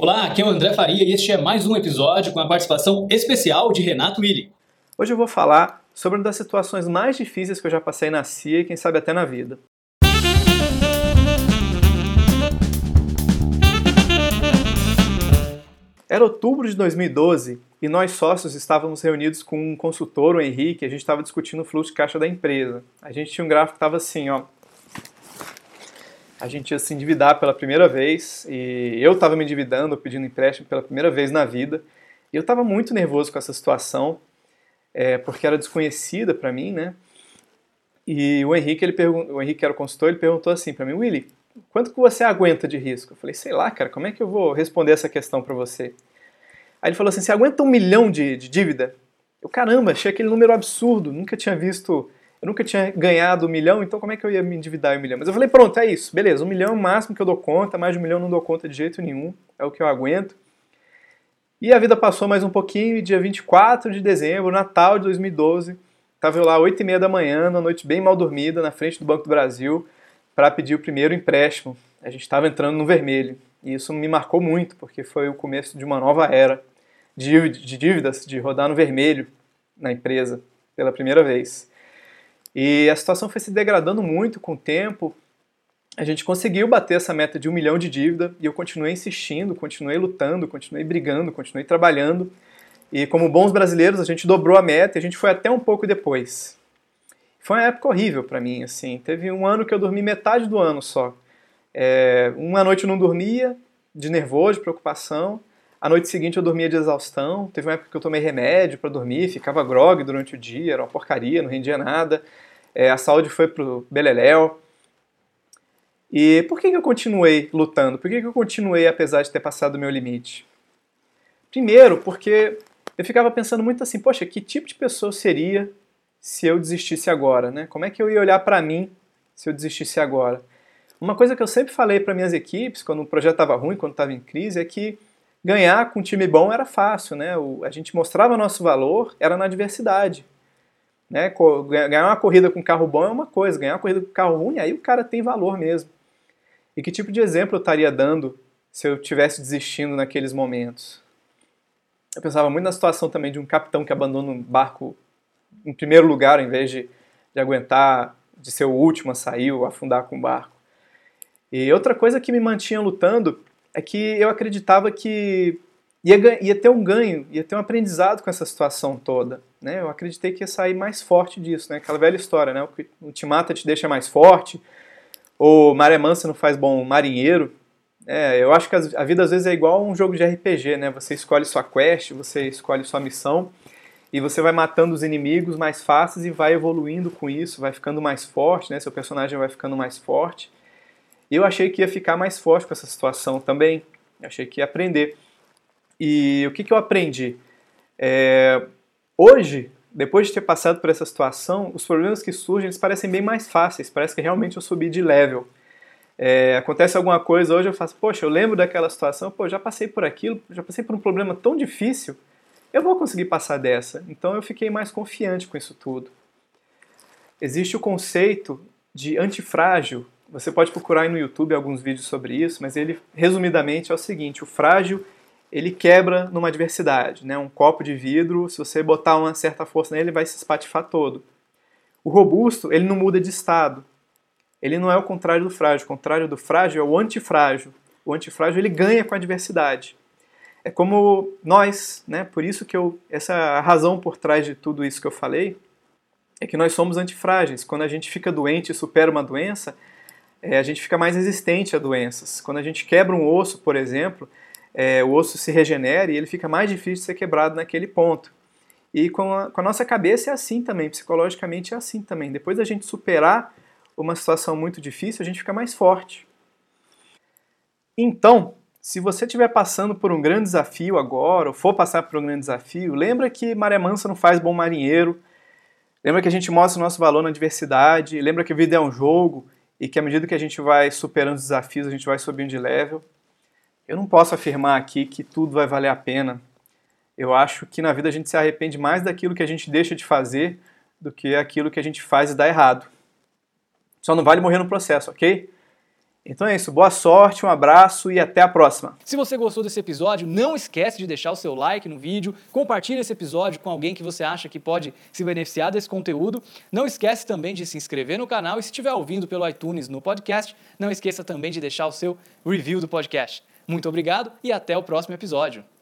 Olá, aqui é o André Faria e este é mais um episódio com a participação especial de Renato Willi. Hoje eu vou falar sobre uma das situações mais difíceis que eu já passei na CIA e quem sabe até na vida. Era outubro de 2012 e nós sócios estávamos reunidos com um consultor, o Henrique, e a gente estava discutindo o fluxo de caixa da empresa. A gente tinha um gráfico que estava assim, ó. A gente ia se endividar pela primeira vez e eu estava me endividando, pedindo empréstimo pela primeira vez na vida. E eu estava muito nervoso com essa situação, porque era desconhecida para mim, né? E o Henrique, o Henrique que era o consultor, ele perguntou assim para mim: Willi, quanto que você aguenta de risco? Eu falei, sei lá, cara, como é que eu vou responder essa questão para você? Aí ele falou assim, você aguenta 1 milhão de dívida? Eu, caramba, achei aquele número absurdo, nunca tinha visto, eu nunca tinha ganhado 1 milhão, então como é que eu ia me endividar em 1 milhão? Mas eu falei, pronto, é isso, beleza, 1 milhão é o máximo que eu dou conta, mais de 1 milhão eu não dou conta de jeito nenhum, é o que eu aguento. E a vida passou mais um pouquinho e dia 24 de dezembro, Natal de 2012, estava eu lá 8h30 da manhã, numa noite bem mal dormida, na frente do Banco do Brasil, para pedir o primeiro empréstimo. A gente estava entrando no vermelho. E isso me marcou muito, porque foi o começo de uma nova era de dívidas, de rodar no vermelho na empresa pela primeira vez. E a situação foi se degradando muito com o tempo. A gente conseguiu bater essa meta de 1 milhão de dívida e eu continuei insistindo, continuei lutando, continuei brigando, continuei trabalhando. E como bons brasileiros, a gente dobrou a meta e a gente foi até um pouco depois. Foi uma época horrível para mim, assim. Teve um ano que eu dormi metade do ano só. Uma noite eu não dormia, de nervoso, de preocupação. A noite seguinte eu dormia de exaustão. Teve uma época que eu tomei remédio para dormir, ficava grogue durante o dia, era uma porcaria, não rendia nada. A saúde foi pro beleléu. E por que eu continuei lutando? Por que eu continuei apesar de ter passado o meu limite? Primeiro, porque eu ficava pensando muito assim, poxa, que tipo de pessoa eu seria se eu desistisse agora, né? Como é que eu ia olhar para mim se eu desistisse agora? Uma coisa que eu sempre falei para minhas equipes, quando o projeto estava ruim, quando estava em crise, é que ganhar com um time bom era fácil, né? A gente mostrava nosso valor, era na adversidade. Né? Ganhar uma corrida com carro bom é uma coisa, ganhar uma corrida com carro ruim, aí o cara tem valor mesmo. E que tipo de exemplo eu estaria dando se eu estivesse desistindo naqueles momentos? Eu pensava muito na situação também de um capitão que abandona um barco em primeiro lugar, ao invés de aguentar, de ser o último a sair ou afundar com o barco. E outra coisa que me mantinha lutando é que eu acreditava que ia ter um ganho, ia ter um aprendizado com essa situação toda. Né? Eu acreditei que ia sair mais forte disso, né? Aquela velha história, né? O te mata te deixa mais forte, ou maré mansa não faz bom marinheiro. Eu acho que a vida às vezes é igual a um jogo de RPG, né? Você escolhe sua quest, você escolhe sua missão, e você vai matando os inimigos mais fáceis e vai evoluindo com isso, vai ficando mais forte, né? Seu personagem vai ficando mais forte. E eu achei que ia ficar mais forte com essa situação também. Eu achei que ia aprender. E o que eu aprendi? Hoje, depois de ter passado por essa situação, os problemas que surgem, eles parecem bem mais fáceis. Parece que realmente eu subi de level. Acontece alguma coisa hoje, eu faço, poxa, eu lembro daquela situação, pô, já passei por aquilo, já passei por um problema tão difícil, eu vou conseguir passar dessa. Então eu fiquei mais confiante com isso tudo. Existe o conceito de antifrágil. Você pode procurar aí no YouTube alguns vídeos sobre isso, mas ele, resumidamente, é o seguinte: o frágil, ele quebra numa adversidade, né? Um copo de vidro, se você botar uma certa força nele, ele vai se espatifar todo. O robusto, ele não muda de estado. Ele não é o contrário do frágil. O contrário do frágil é o antifrágil. O antifrágil, ele ganha com a adversidade. É como nós, né? Por isso que essa razão por trás de tudo isso que eu falei é que nós somos antifrágeis. Quando a gente fica doente e supera uma doença, a gente fica mais resistente a doenças. Quando a gente quebra um osso, por exemplo, o osso se regenera e ele fica mais difícil de ser quebrado naquele ponto. E com a nossa cabeça é assim também, psicologicamente é assim também. Depois da gente superar uma situação muito difícil, a gente fica mais forte. Então, se você estiver passando por um grande desafio agora, ou for passar por um grande desafio, lembra que maré mansa não faz bom marinheiro, lembra que a gente mostra o nosso valor na adversidade, lembra que a vida é um jogo, e que à medida que a gente vai superando os desafios, a gente vai subindo de level. Eu não posso afirmar aqui que tudo vai valer a pena. Eu acho que na vida a gente se arrepende mais daquilo que a gente deixa de fazer do que aquilo que a gente faz e dá errado. Só não vale morrer no processo, ok? Então é isso, boa sorte, um abraço e até a próxima. Se você gostou desse episódio, não esquece de deixar o seu like no vídeo, compartilhe esse episódio com alguém que você acha que pode se beneficiar desse conteúdo. Não esquece também de se inscrever no canal e se estiver ouvindo pelo iTunes no podcast, não esqueça também de deixar o seu review do podcast. Muito obrigado e até o próximo episódio.